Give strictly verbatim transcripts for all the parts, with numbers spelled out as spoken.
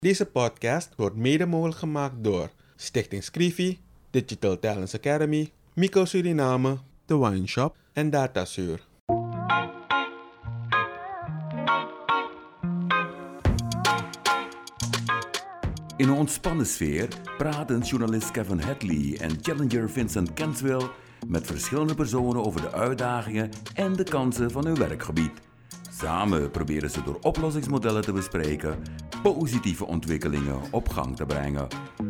Deze podcast wordt mede mogelijk gemaakt door Stichting Scrivi, Digital Talents Academy, Mico Suriname, The Wine Shop en Datasuur. In een ontspannen sfeer praten journalist Kevin Hadley en challenger Vincent Kenswell met verschillende personen over de uitdagingen en de kansen van hun werkgebied. Samen proberen ze door oplossingsmodellen te bespreken positieve ontwikkelingen op gang te brengen.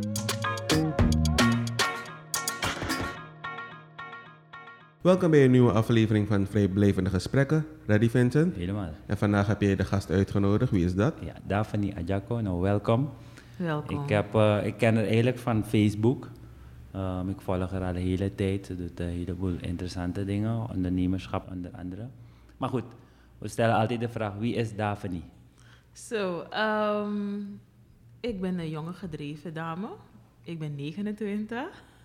Welkom bij een nieuwe aflevering van Vrijblijvende Gesprekken. Ready, Vincent? Helemaal. En vandaag heb je de gast uitgenodigd. Wie is dat? Ja, Daphne Adjako, nou welkom. Welkom. Ik, heb, uh, ik ken haar eigenlijk van Facebook. Um, ik volg haar al de hele tijd. Ze doet een heleboel interessante dingen, ondernemerschap onder andere. Maar goed, we stellen altijd de vraag, wie is Daphne? Zo, so, um, ik ben een jonge gedreven dame. Ik ben negenentwintig.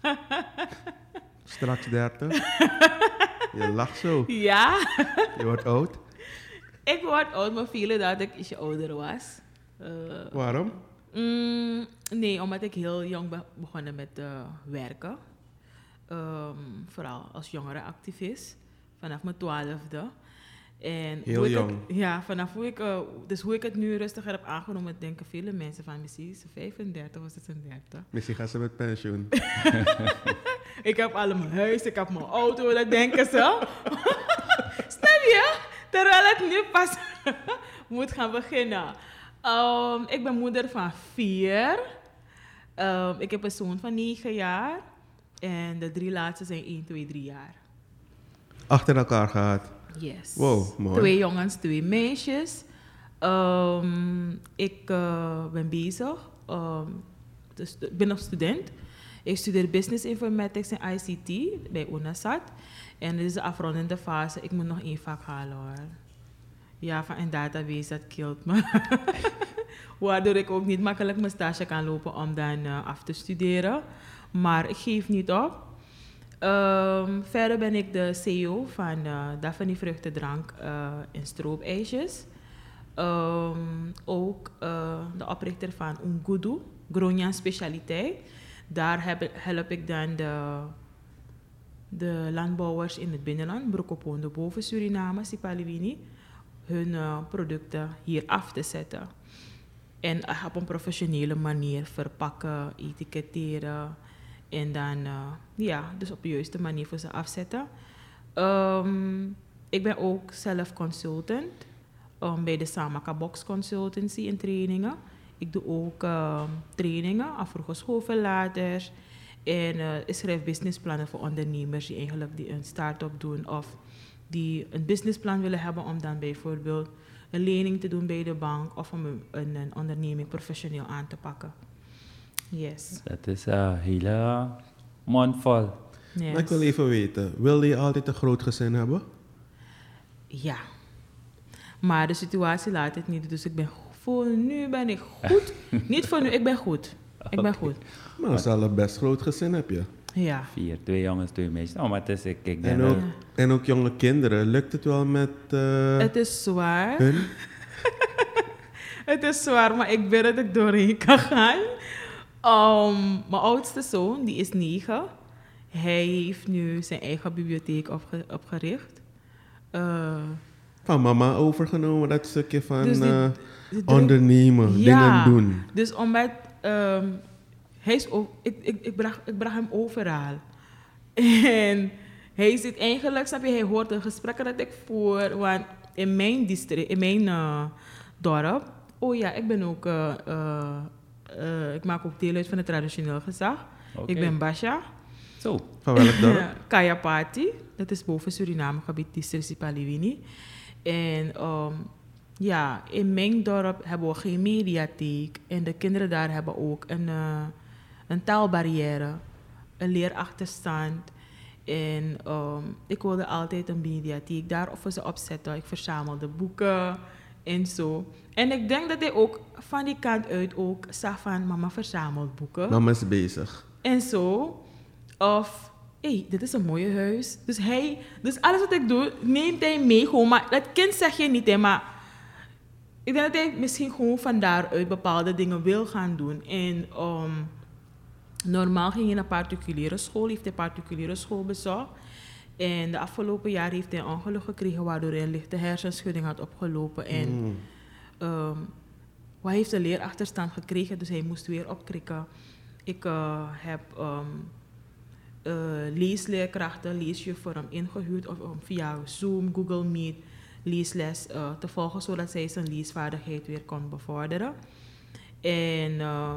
Straks dertig. Je lacht zo. Ja. Je wordt oud. Ik word oud, maar vielen dat ik ietsje ouder was. Uh, Waarom? Mm, nee, omdat ik heel jong ben begonnen met uh, werken. Um, vooral als jongerenactivist. Vanaf mijn twaalfde. En heel hoe jong. Ik, ja, vanaf hoe ik, uh, dus hoe ik het nu rustiger heb aangenomen, denken vele mensen van misschien is ze vijfendertig of zesendertig. Misschien gaan ze met pensioen. Ik heb al mijn huis, ik heb mijn auto, dat denken ze. Snap je? Terwijl het nu pas moet gaan beginnen. Um, ik ben moeder van vier. Um, ik heb een zoon van negen jaar. En de drie laatste zijn één, twee, drie jaar. Achter elkaar gehad. Yes. Wow, mooi. Twee jongens, twee meisjes. Um, ik uh, ben bezig. Um, dus ik ben nog student. Ik studeer Business Informatics en I C T bij UNASAT. En dit is de afrondende fase. Ik moet nog één vak halen hoor. Ja, van een database, dat killt me. Waardoor ik ook niet makkelijk mijn stage kan lopen om dan uh, af te studeren. Maar ik geef niet op. Um, verder ben ik de C E O van uh, Daphne Vruchtendrank uh, en Stroopijsjes. Um, ook uh, de oprichter van Ungudu, Gronjan Specialiteit. Daar heb, help ik dan de, de landbouwers in het binnenland, Brokopondo boven Suriname, Sipaliwini, hun uh, producten hier af te zetten. En uh, op een professionele manier verpakken, etiketteren en dan uh, ja, dus op de juiste manier voor ze afzetten. Um, ik ben ook zelf consultant um, bij de Samaka Box Consultancy en trainingen. Ik doe ook uh, trainingen aan vroege schoolverlaters en uh, ik schrijf businessplannen voor ondernemers die eigenlijk die een start-up doen of die een businessplan willen hebben om dan bijvoorbeeld een lening te doen bij de bank of om een, een, een onderneming professioneel aan te pakken. Yes. Dat is een hele mond vol. Yes. Maar ik wil even weten, wilde je altijd een groot gezin hebben? Ja. Maar de situatie laat het niet, dus ik ben voor nu ben ik goed. Niet voor nu, ik ben goed. Ik ben goed. Maar dan zal een best groot gezin heb je. Ja. Vier, twee jongens, twee meisjes. Oh, maar het is, ik, ik denk En ook, dat- en ook jonge kinderen. Lukt het wel met uh, Het is zwaar. hun? Het is zwaar, maar ik weet dat ik doorheen kan gaan. Um, mijn oudste zoon, die is negen. Hij heeft nu zijn eigen bibliotheek opge- opgericht. Uh, Van mama overgenomen, dat stukje van Dus die- uh, die druk- ondernemen, Ja. dingen doen. Dus omdat um, hij is ook, ik, ik, ik, bracht, ik bracht hem overal. En hij zit eigenlijk, snap je, hij hoort de gesprekken dat ik voer. Want in mijn district, in mijn uh, dorp, oh ja, ik ben ook, uh, uh, uh, ik maak ook deel uit van het traditioneel gezag. Oké. Ik ben Basha. Zo. Van welk dorp? Kayapati, dat is boven Suriname gebied, district Sipaliwini. En um, ja, in mijn dorp hebben we geen mediatheek. En de kinderen daar hebben ook een, uh, een taalbarrière, een leerachterstand. En um, ik wilde altijd een mediatheek daar of we ze opzetten. Ik verzamelde boeken en zo. En ik denk dat hij ook van die kant uit ook zag van mama verzamelt boeken. Mama is bezig. En zo. Of, hé, hey, dit is een mooie huis. Dus hij, dus alles wat ik doe, neemt hij mee gewoon. Maar dat kind zeg je niet, hè, maar ik denk dat hij misschien gewoon van daaruit bepaalde dingen wil gaan doen. En um, normaal ging hij naar particuliere school, heeft hij particuliere school bezocht. En de afgelopen jaar heeft hij een ongeluk gekregen waardoor hij een lichte hersenschudding had opgelopen. En Mm. um, hij heeft een leerachterstand gekregen, dus hij moest weer opkrikken. Ik uh, heb um, uh, leesleerkrachten, leesjuf voor hem ingehuurd of um, via Zoom, Google Meet, leesles uh, te volgen, zodat zij zijn leesvaardigheid weer kon bevorderen. En uh,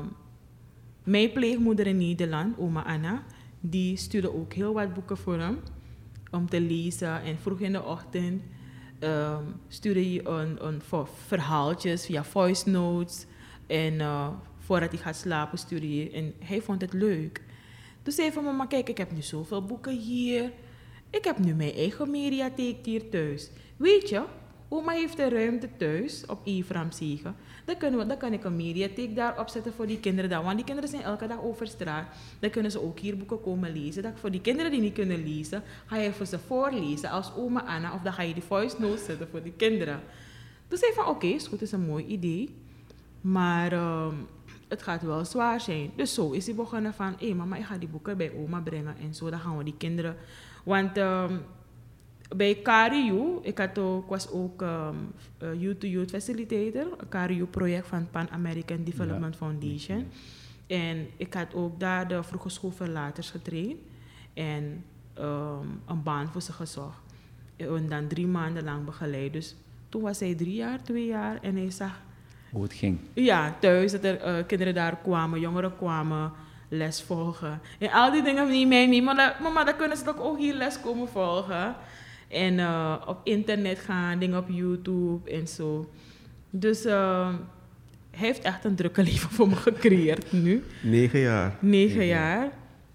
mijn pleegmoeder in Nederland, oma Anna, die stuurde ook heel wat boeken voor hem om te lezen. En vroeg in de ochtend um, stuurde je een, een verhaaltjes via voice notes. En uh, voordat hij gaat slapen stuurde je. En hij vond het leuk. Dus zei van mama, kijk, ik heb nu zoveel boeken hier. Ik heb nu mijn eigen mediatheek hier thuis. Weet je, oma heeft een ruimte thuis op Ephraimzegen. Dan, kunnen we, dan kan ik een mediatheek daar opzetten voor die kinderen. Dan, want die kinderen zijn elke dag over straat. Dan kunnen ze ook hier boeken komen lezen. Dat voor die kinderen die niet kunnen lezen, ga je voor ze voorlezen als oma Anna. Of dan ga je die voice notes zetten voor die kinderen. Dus zei van oké, okay, is goed, is een mooi idee. Maar um, het gaat wel zwaar zijn. Dus zo is hij begonnen van, hé hey, mama, ik ga die boeken bij oma brengen. En zo, dan gaan we die kinderen... Want um, bij K R U, ik had ook, was ook um, uh, Youth-to-Youth Facilitator, een K R U-project van Pan American Development ja. Foundation. En ik had ook daar de vroege schoolverlaters getraind en um, een baan voor ze gezocht. En dan drie maanden lang begeleid. Dus toen was hij drie jaar, twee jaar en hij zag... Hoe het ging? Ja, thuis dat er uh, kinderen daar kwamen, jongeren kwamen, les volgen. En al die dingen niet mee, niet. Maar mama, dan kunnen ze toch ook hier les komen volgen. En uh, op internet gaan, dingen op YouTube en zo. Dus uh, hij heeft echt een drukke leven voor me gecreëerd nu. Negen jaar. Negen jaar.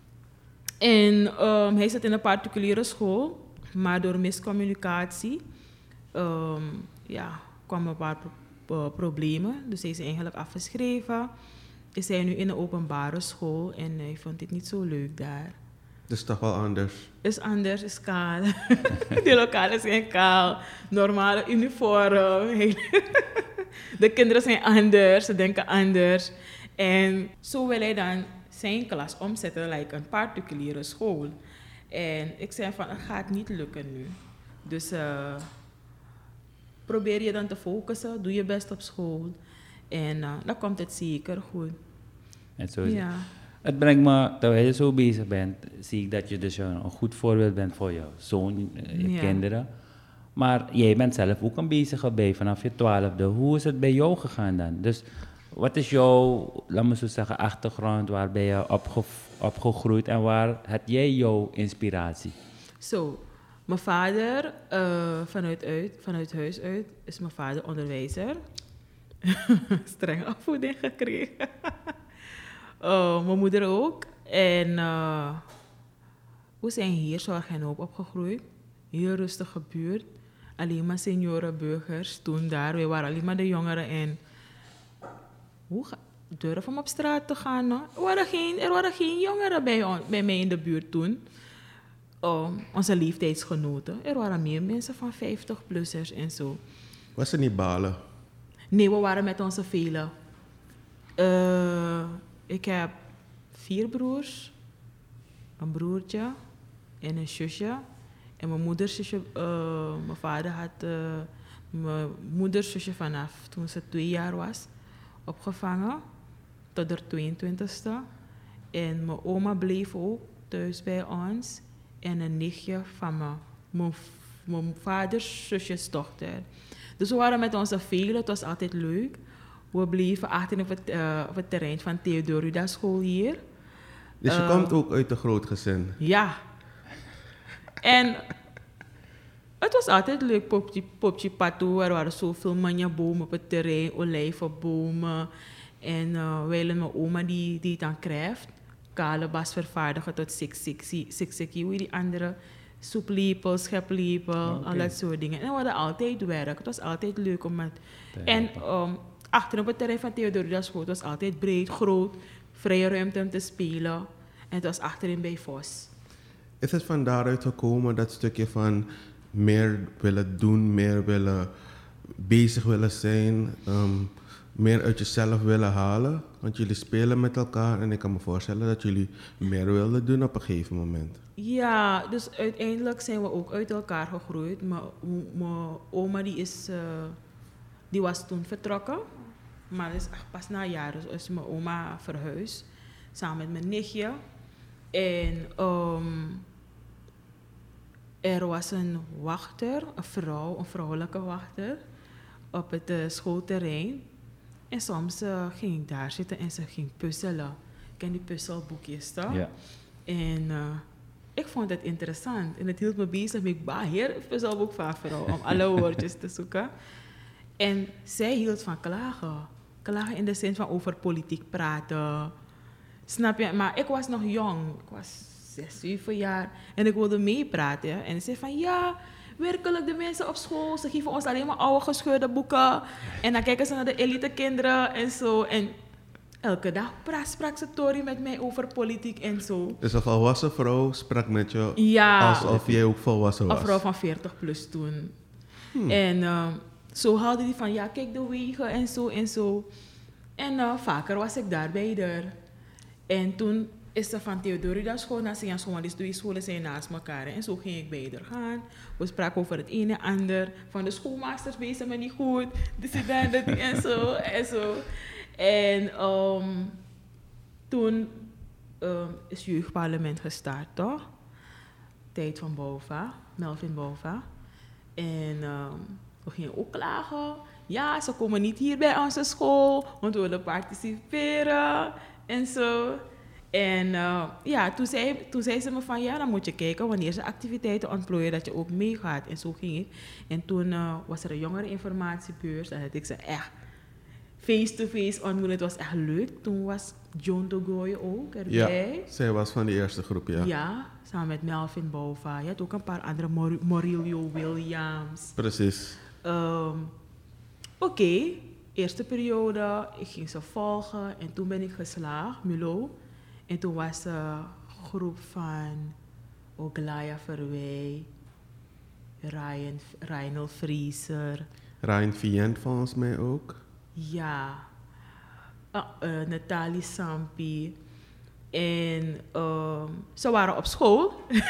En um, hij zat in een particuliere school, maar door miscommunicatie um, ja, kwamen een paar pro- uh, problemen. Dus hij is eigenlijk afgeschreven. Is hij nu in een openbare school en hij vond dit niet zo leuk daar. Dat is toch wel anders? Is anders, is kaal. Die lokalen zijn kaal. Normale uniform. De kinderen zijn anders, ze denken anders. En zo wil hij dan zijn klas omzetten, like een particuliere school. En ik zei van, het gaat niet lukken nu. Dus uh, probeer je dan te focussen, doe je best op school. En uh, dan komt het zeker goed. En zo is ja. het. Het brengt me, terwijl je zo bezig bent, zie ik dat je dus een, een goed voorbeeld bent voor je zoon, je ja. kinderen. Maar jij bent zelf ook een bezige bij vanaf je twaalfde. Hoe is het bij jou gegaan dan? Dus wat is jouw, laat me zo zeggen, achtergrond, waar ben je opge, opgegroeid en waar heb jij jouw inspiratie? Zo, so, mijn vader, uh, vanuit, uit, vanuit huis uit, is mijn vader onderwijzer. Strenge opvoeding gekregen. uh, mijn moeder ook. En uh, we zijn hier zorg en hoop opgegroeid. Heel rustige buurt. Alleen maar seniorenburgers toen daar. We waren alleen maar de jongeren. En hoe ga, durf om op straat te gaan? No? Er, waren geen, er waren geen jongeren bij, on, bij mij in de buurt toen. Um, onze leeftijdsgenoten. Er waren meer mensen van vijftig-plussers en zo. Was ze niet balen? Nee, we waren met onze velen. Uh, ik heb vier broers. Een broertje en een zusje. En mijn moederzusje, uh, mijn vader had uh, mijn moederzusje vanaf toen ze twee jaar was opgevangen. Tot haar tweeëntwintigste. En mijn oma bleef ook thuis bij ons. En een nichtje van me, mijn, mijn vaders zusjes dochter. Dus we waren met onze velen, het was altijd leuk. We bleven achter op het, uh, op het terrein van Theodorida school hier. Dus je uh, komt ook uit een groot gezin? Ja. En het was altijd leuk, popje, popje patoe. Er waren zoveel manjabomen op het terrein, olijvenbomen. En uh, wijlen mijn oma die, die het dan krijgt. Kalebas vervaardigen tot siksiki, hoe die andere soeplepel, scheplepel, okay. Al dat soort dingen. En we hadden altijd werk. Het was altijd leuk om met... En um, achter op het terrein van Theodorida school, het was altijd breed, groot, vrije ruimte om te spelen. En het was achterin bij Vos. Is het van daaruit gekomen, dat stukje van meer willen doen, meer willen bezig willen zijn, um, meer uit jezelf willen halen? Want jullie spelen met elkaar en ik kan me voorstellen dat jullie meer wilden doen op een gegeven moment. Ja, dus uiteindelijk zijn we ook uit elkaar gegroeid. Mijn oma die is, uh, die was toen vertrokken, maar dat is echt pas na jaren dus is mijn oma verhuisd, samen met mijn nichtje. En um, er was een wachter, een vrouw, een vrouwelijke wachter, op het uh, schoolterrein. En soms uh, ging ik daar zitten en ze ging puzzelen. Ik ken die puzzelboekjes toch? Ja. En uh, ik vond het interessant. En het hield me bezig met Baheer, een puzzelboek van vrouw, om alle woordjes te zoeken. En zij hield van klagen. Klagen in de zin van over politiek praten. Snap je? Maar ik was nog jong. Ik was zes, zeven jaar. En ik wilde meepraten. En ze zei van ja, werkelijk de mensen op school, ze geven ons alleen maar oude gescheurde boeken. En dan kijken ze naar de elite kinderen en zo. En elke dag pra- sprak ze Tori met mij over politiek en zo. Dus een volwassen vrouw sprak met je Ja, alsof jij ook volwassen was? Een vrouw van veertig plus toen. Hmm. En uh, zo hadden die van ja, kijk de wegen en zo en zo. En uh, vaker was ik daar bij haar. En toen is ze van Theodorida school naar Sian school, dus twee scholen zijn naast elkaar. En zo ging ik bij haar gaan. We spraken over het ene en ander. Van de schoolmeesters wezen me niet goed. Dus dat, dat en zo en zo. En um, toen um, is het jeugdparlement gestart, toch? Tijd van Bova, Melvin Bova. En um, we gingen ook klagen. Ja, ze komen niet hier bij onze school, want we willen participeren en zo. En uh, ja, toen zei, toen zei ze me van ja, dan moet je kijken wanneer ze activiteiten ontplooien, dat je ook meegaat. En zo ging ik. En toen uh, was er een jongereninformatiebeurs. En had ik ze echt face-to-face ontmoet. Het was echt leuk. Toen was John Dogoy ook erbij. Ja, zij was van die eerste groep, ja. Ja, samen met Melvin Bova. Je had ook een paar andere, Mor- Morillo Williams. Precies. Um, Oké, okay. Eerste periode, ik ging ze volgen. En toen ben ik geslaagd, Milo. En toen was een groep van Oglaya Verwij, Ryan, Reinel Vriezer. Ryan Vient volgens mij ook. Ja, uh, uh, Nathalie Sampi. En um, ze waren op school.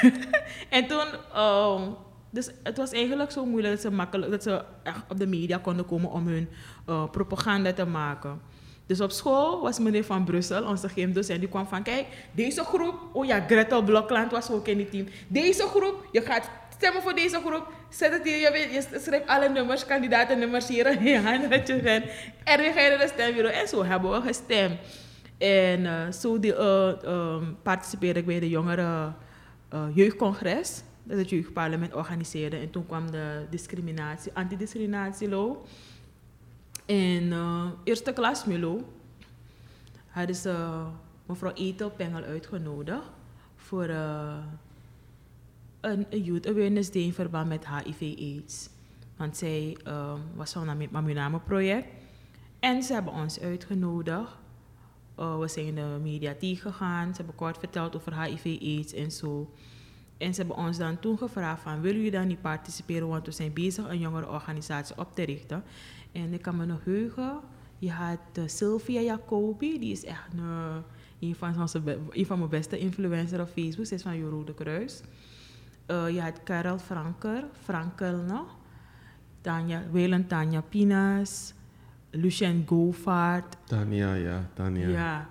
En toen, um, dus het was eigenlijk zo moeilijk dat ze, makkelijk, dat ze echt op de media konden komen om hun uh, propaganda te maken. Dus op school was meneer Van Brussel, onze gymdocent, die kwam van, kijk, deze groep, oh ja, Gretel Blokland was ook in die team. Deze groep, je gaat stemmen voor deze groep, zet het hier, je, weet, je schrijft alle nummers, kandidatennummers hier in je handje en er ga je naar de stembureau. En zo hebben we gestemd. En uh, zo die, uh, um, participeerde ik bij de jongere uh, jeugdcongres, dat het jeugdparlement organiseerde. En toen kwam de discriminatie, antidiscriminatielaw. In uh, eerste klas Milo hadden ze uh, mevrouw Ethel Pengel uitgenodigd voor uh, een, een Youth Awareness Day in verband met H I V-AIDS. Want zij uh, was van het Mamuname-project en ze hebben ons uitgenodigd. Uh, we zijn in de mediatheek gegaan, ze hebben kort verteld over H I V-AIDS en zo. En ze hebben ons dan toen gevraagd van, willen jullie dan niet participeren, want we zijn bezig een jongere organisatie op te richten. En ik kan me nog heugen, je had uh, Sylvia Jacobi, die is echt uh, een, van onze be- een van mijn beste influencers op Facebook, ze is van Rode Kruis. Uh, je had Karel Franker, Frankel nog, Tanja, Welen Tanja Pinas, Lucien Govaert. Tanja, ja, Tanja. Ja.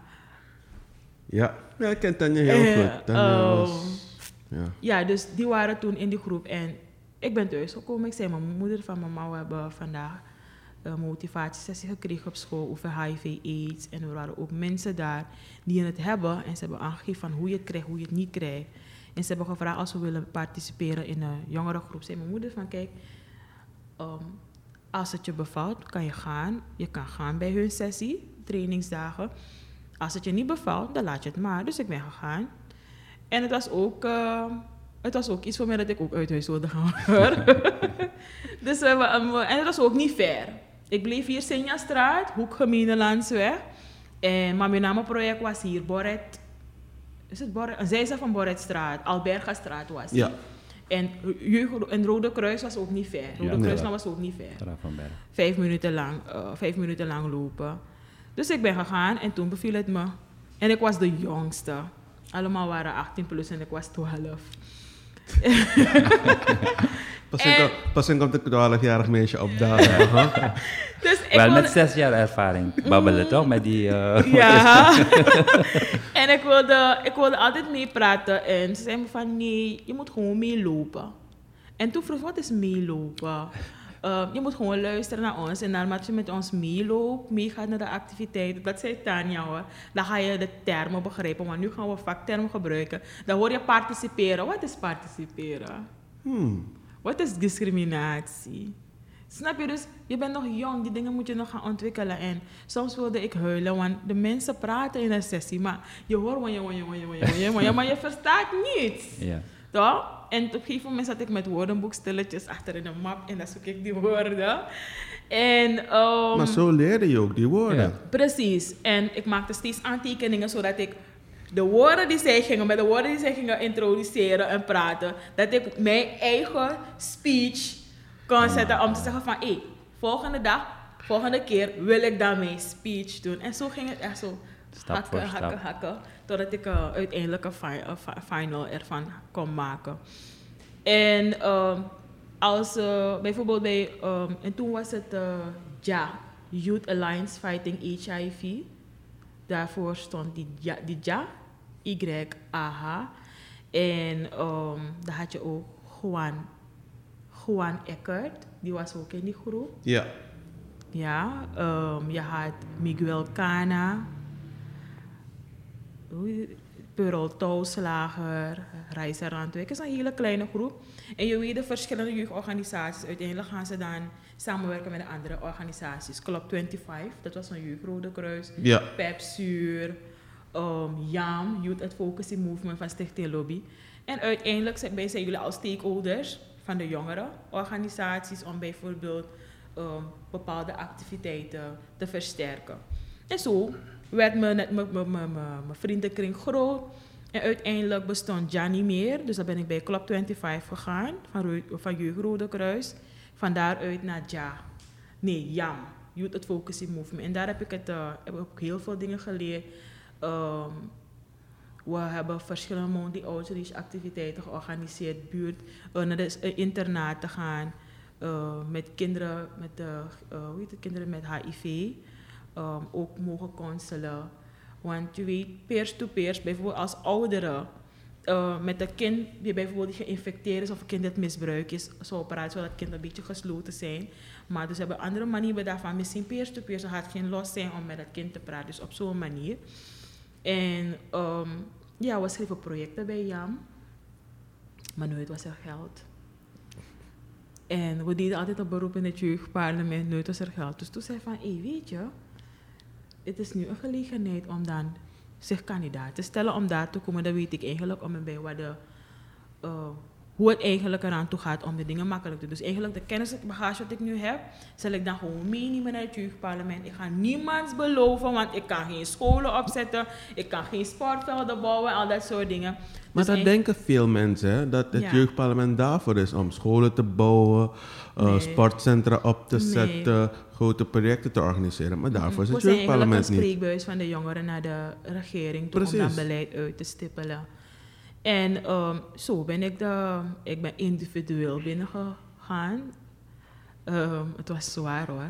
Ja, ja ik ken Tanja heel Uh, goed. Tanja uh, was... Ja. ja, dus die waren toen in die groep. En ik ben thuisgekomen. Ik zei mijn moeder van mama, we hebben vandaag een motivatiesessie gekregen op school over H I V-AIDS. En er waren ook mensen daar die het hebben. En ze hebben aangegeven van hoe je het krijgt, hoe je het niet krijgt. En ze hebben gevraagd als we willen participeren in een jongere groep. Zei mijn moeder van kijk, um, als het je bevalt, kan je gaan. Je kan gaan bij hun sessie, trainingsdagen. Als het je niet bevalt, dan laat je het maar. Dus ik ben gegaan. En het was ook, uh, het was ook iets voor mij dat ik ook uit huis wilde gaan. Dus we hebben, um, en het was ook niet fair. Ik bleef hier Senja-straat, Hoek Gemeenelandsweg. En maar mijn nameproject was hier, Borret. Is het Borret? Een zijde van Borretstraat, Alberga-straat was Ja. En, Jeugd- en Rode Kruis was ook niet ver. Rode Ja. Kruis Ja. was ook niet ver. Graaf van Berg. Vijf minuten lang, uh, vijf minuten lang lopen. Dus ik ben gegaan en toen beviel het me. En ik was de jongste. Allemaal waren achttien plus en ik was twaalf. Pas En- in, pas in komt een twaalfjarig meisje opdagen. huh? Dus ik Wel wilde- met zes jaar ervaring babbelen, toch? Met die... eh, Ja. En ik wilde, ik wilde altijd meepraten. En ze zei me van, nee, je moet gewoon meelopen. En toen vroeg ik, wat is meelopen? Uh, je moet gewoon luisteren naar ons. En naarmate je met ons meeloopt, meegaat naar de activiteiten. Dat zei Tanja hoor. Dan ga je de termen begrijpen. Want nu gaan we vaktermen gebruiken. Dan hoor je participeren. Wat is participeren? Hmm. Wat is discriminatie? Snap je? Dus je bent nog jong, die dingen moet je nog gaan ontwikkelen. En soms wilde ik huilen, want de mensen praten in een sessie, maar je hoort wanneer, wanneer, wanneer, wanneer, wanneer, maar je verstaat niets. Ja. Toch? En op een gegeven moment zat ik met woordenboek stilletjes achter in een map en dan zoek ik die woorden. En, um, Maar zo leerde je ook die woorden. Ja. Precies. En ik maakte steeds aantekeningen zodat ik de woorden die zij gingen, met de woorden die zij gingen introduceren en praten, dat ik mijn eigen speech kon zetten om te zeggen van, hé, hey, volgende dag, volgende keer wil ik dan mijn speech doen. En zo ging het echt zo Stap hakken, voor stap. hakken, hakken, totdat ik uh, uiteindelijk een fi- een fi- final ervan kon maken. En um, als uh, bijvoorbeeld bij, um, en toen was het uh, J A, Youth Alliance Fighting H I V. Daarvoor stond die J A, die J A Y A H. En um, dan had je ook Juan, Juan Eckert, die was ook in die groep. Ja. Ja, um, je had Miguel Cana, Pearl Touwslager, Reizer Randwijk. Het is een hele kleine groep. En je weet de verschillende jeugdorganisaties. Uiteindelijk gaan ze dan samenwerken met de andere organisaties. Club vijfentwintig, dat was een jeugdrode kruis. Ja. Pepsuur, um, Y A M, Youth Advocacy Movement van Stichting Lobby. En uiteindelijk zijn, zijn jullie als stakeholders van de jongere organisaties om bijvoorbeeld um, bepaalde activiteiten te versterken. En zo werd mijn vriendenkring groot. En uiteindelijk bestond J A niet meer. Dus dan ben ik bij Club vijfentwintig gegaan, van, van Jeugd Rode Kruis. Van daaruit naar J A. Nee, Y A M, Youth Advocacy Movement. En daar heb ik, het, uh, heb ik ook heel veel dingen geleerd. Um, we hebben verschillende monthly outreach activiteiten georganiseerd. Buurt, uh, naar de uh, internaat te gaan. Uh, met kinderen met, uh, uh, hoe heet het, kinderen met H I V. Um, ook mogen counselen. Want je weet, peers-to-peers, bijvoorbeeld als ouderen uh, met een kind die bijvoorbeeld geïnfecteerd is of een kind dat misbruik is, zo praten, zodat het kind een beetje gesloten zijn. Maar dus hebben andere manieren daarvan. Misschien peers-to-peers, dan gaat het geen los zijn om met dat kind te praten. Dus op zo'n manier. En um, ja, we schreven projecten bij J A M, maar nooit was er geld. En we deden altijd een beroep in het jeugdparlement, nooit was er geld. Dus toen zei ik van, hé, hey, weet je, het is nu een gelegenheid om dan zich kandidaat te stellen om daar te komen. Dan weet ik eigenlijk om en bij wat de, uh, hoe het eigenlijk eraan toe gaat om de dingen makkelijk te doen. Dus eigenlijk de kennisbagage wat ik nu heb, zal ik dan gewoon meenemen naar het jeugdparlement. Ik ga niemands beloven, want ik kan geen scholen opzetten, ik kan geen sportvelden bouwen, al dat soort dingen. Maar Dus dat denken veel mensen, hè, dat het Ja. jeugdparlement daarvoor is om scholen te bouwen, uh, Nee. sportcentra op te Nee. zetten, grote projecten te organiseren. Maar daarvoor is We het zijn eigenlijk jeugdparlement een niet. spreekbuis van de jongeren naar de regering toe om Precies. dat beleid uit te stippelen. En um, zo ben ik, de, ik ben individueel binnengegaan. Um, het was zwaar hoor.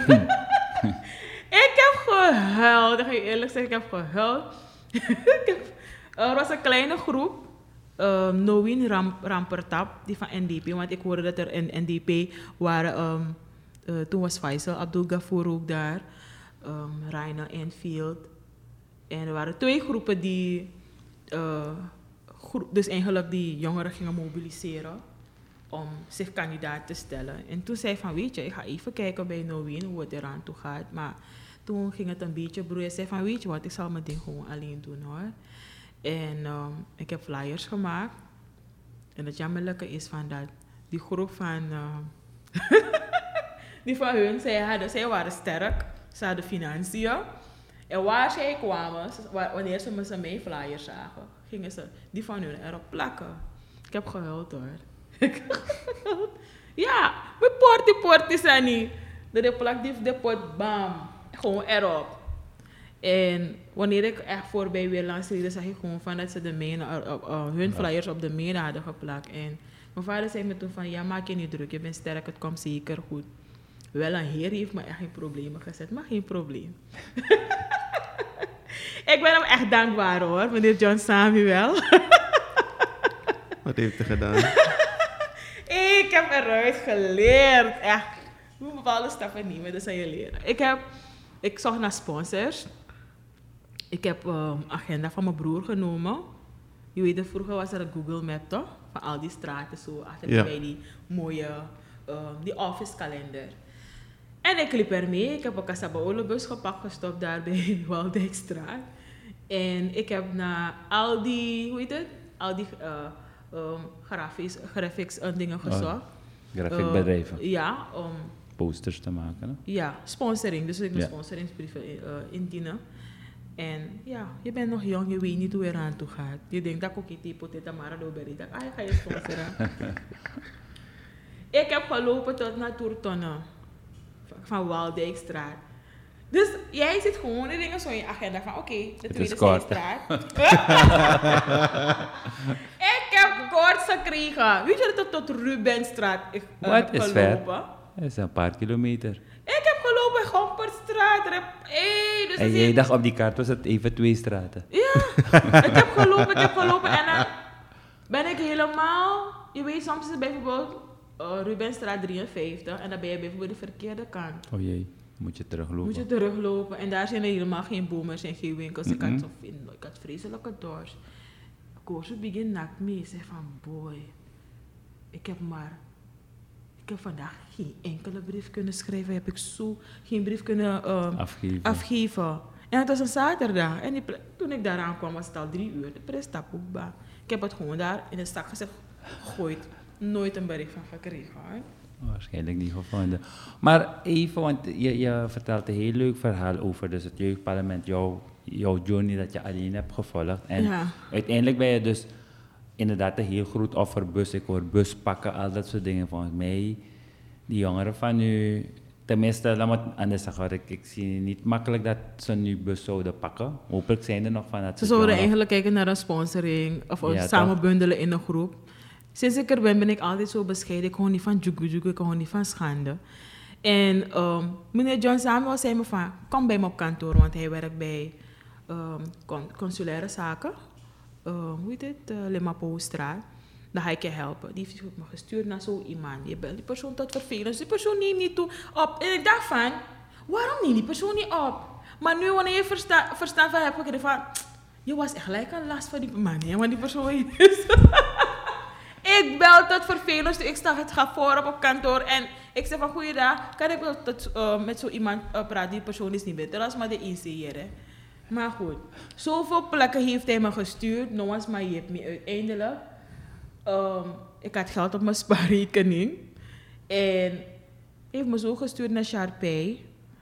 Ik heb gehuild, ik ga je eerlijk zeggen, ik heb gehuild. Ik heb- er was een kleine groep. Um, Noin Ram, Rampertap, die van N D P, want ik hoorde dat er in N D P waren, um, uh, toen was Faisal Abdul Ghafour ook daar, um, Raina Enfield. En er waren twee groepen die, uh, gro- dus eigenlijk die jongeren gingen mobiliseren om zich kandidaat te stellen. En toen zei ik van, weet je, ik ga even kijken bij Noin hoe het eraan toe gaat. Maar toen ging het een beetje broeien. Ik zei van, weet je wat, ik zal mijn ding gewoon alleen doen hoor. En um, ik heb flyers gemaakt. En het jammerlijke is van dat die groep van... Uh, die van hun, zij, hadden, zij waren sterk. Ze hadden financiën. En waar zij kwamen, ze- wa- wanneer ze met ze mee flyers zagen, gingen ze die van hun erop plakken. Ik heb gehuild hoor. Ja, mijn porti porti zijn niet. De plak die de pot, bam, gewoon erop. En wanneer ik echt voorbij weer langs reed, zag ik gewoon van dat ze de main, uh, uh, uh, hun flyers op de main hadden geplakt. En mijn vader zei me toen van, ja, maak je niet druk, je bent sterk, het komt zeker goed. Wel, een heer heeft me echt geen problemen gezet, maar geen probleem. Ik ben hem echt dankbaar hoor, meneer John Samuel. Wat heeft hij gedaan? Ik heb eruit geleerd, echt. Je moet bepaalde stappen nemen, dat zijn je leren. Ik heb, ik zocht naar sponsors. Ik heb um, agenda van mijn broer genomen. Je weet, het, vroeger was er een Google Map toch? Van al die straten zo, achter Ja. bij die mooie, um, die office kalender. En ik liep ermee. Ik heb een Casabaolo-bus gepakt, gestopt daar bij Waldijkstraat. En ik heb naar al die, hoe heet het? Al die uh, um, graphics, graphics en dingen gezocht. Grafiekbedrijven. Uh, ja, om Posters te maken. Hè? ja, sponsoring. Dus ik moet Ja. sponsoringsbrieven uh, indienen. En ja, je bent nog jong, je weet niet hoe je eraan toe gaat. Je denkt dat ik die potato marado berry. Dat ah, je ga je sponsoren. Ik heb gelopen tot naar Toertonnen. Van Waldijkstraat. Dus jij zit gewoon in dingen zo in je agenda van oké, okay, de Het tweede is kort. zijstraat. Ik heb koorts gekregen. Weet je dat tot, tot Rubenstraat ik uh, Wat heb is ver? gelopen? Dat is een paar kilometer. Ik heb gelopen in Gomperstraat. Hey, dus En is jij het- dacht op die kaart was het even twee straten. Ja, ik heb gelopen, ik heb gelopen en dan ben ik helemaal... Je weet, soms is het bijvoorbeeld uh, Rubenstraat drieënvijftig en dan ben je bijvoorbeeld de verkeerde kant. Oh jee, moet je teruglopen. Moet je teruglopen en daar zijn er helemaal geen boomers en geen winkels. Ik, Mhm. had zo, veel- ik had vreselijke dorst. Ik hoor zo begin nakt mee. Ik zeg van boy, ik heb maar... Ik heb vandaag geen enkele brief kunnen schrijven. Heb ik zo geen brief kunnen uh, Afgeven. afgeven. En het was een zaterdag. En die pre- toen ik daar aankwam was het al drie uur. De pres tapoekba. Ik heb het gewoon daar in de zak gezet, gegooid. Nooit een bericht van gekregen. Hoor. Waarschijnlijk niet gevonden. Maar even, want je, je vertelt een heel leuk verhaal over dus het jeugdparlement, jouw, jouw journey dat je alleen hebt gevolgd. En Ja. uiteindelijk ben je dus inderdaad een heel groot offerbus. Ik hoor bus pakken, al dat soort dingen. Volgens mij, die jongeren van nu, tenminste, laat me het anders zeggen, ik, ik zie niet makkelijk dat ze nu bus zouden pakken. Hopelijk zijn er nog van dat Ze soort zouden jongeren. eigenlijk kijken naar een sponsoring of Ja, samen toch? bundelen in een groep. Sinds ik er ben, ben ik altijd zo bescheiden. Ik hou niet van jugu jugu, ik hou niet van schande. En um, meneer John Samuel zei me van, kom bij me op kantoor, want hij werkt bij um, con- consulaire zaken. Um, hoe heet het? Uh, Limapostraat. Dan ga ik je helpen. Die heeft me gestuurd naar zo iemand. Je belt die persoon tot vervelend. Dus die persoon neemt niet toe op. En ik dacht van, waarom neemt die persoon niet op? Maar nu wanneer je versta verstand van hebt, ik van, je was echt gelijk een last van die man. Nee, want die persoon is... Ik bel tot vervelend, dus ik sta het ga voorop op kantoor en ik zeg van goeiedag, kan ik wel tot, uh, met zo iemand uh, praten, die persoon is niet beter als maar de I C hier. Hè. Maar goed, zoveel plekken heeft hij me gestuurd, no one's maar je hebt me uiteindelijk. Um, ik had geld op mijn spaarrekening en heeft me zo gestuurd naar Sharpay.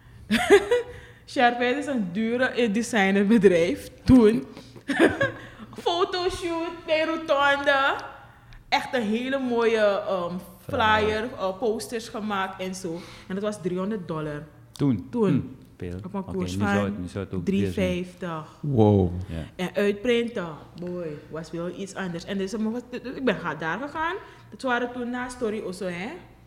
Sharpay is een dure designerbedrijf toen. Fotoshoot bij Rotonde. Echt een hele mooie um, flyer, uh, posters gemaakt en zo. En dat was driehonderd dollar. Toen? Toen. Hm, veel. Op een Oké, koers nu zou het- van nu zou het ook weer zijn. driehonderdvijftig. Wow. Ja. En uitprinten, boy, was wel iets anders. En dus, ik ben ga- daar gegaan. Dat waren toen na Story Osso, hè.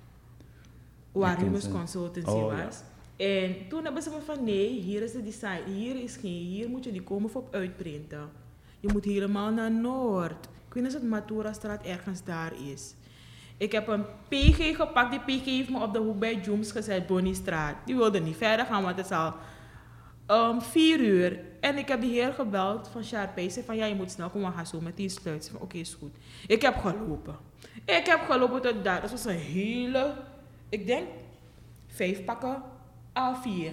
Waar Ik ken Humus ze. Consultancy Oh, ja. was. En toen hebben ze me van, nee, hier is de design. Hier is geen, hier moet je niet komen voor uitprinten. Je moet helemaal naar Noord. Ik weet niet of het Matura-straat ergens daar is. Ik heb een P G gepakt. Die P G heeft me op de hoek bij Jooms gezet, Bonniestraat. Die wilde niet verder gaan, want het is al um, vier uur. En ik heb die heer gebeld van Sharpay. Zei van, ja, je moet snel komen, we gaan zo meteen sluiten. Oké, okay, is goed. Ik heb gelopen. Ik heb gelopen tot daar. Dat was een hele, ik denk, vijf pakken A vier.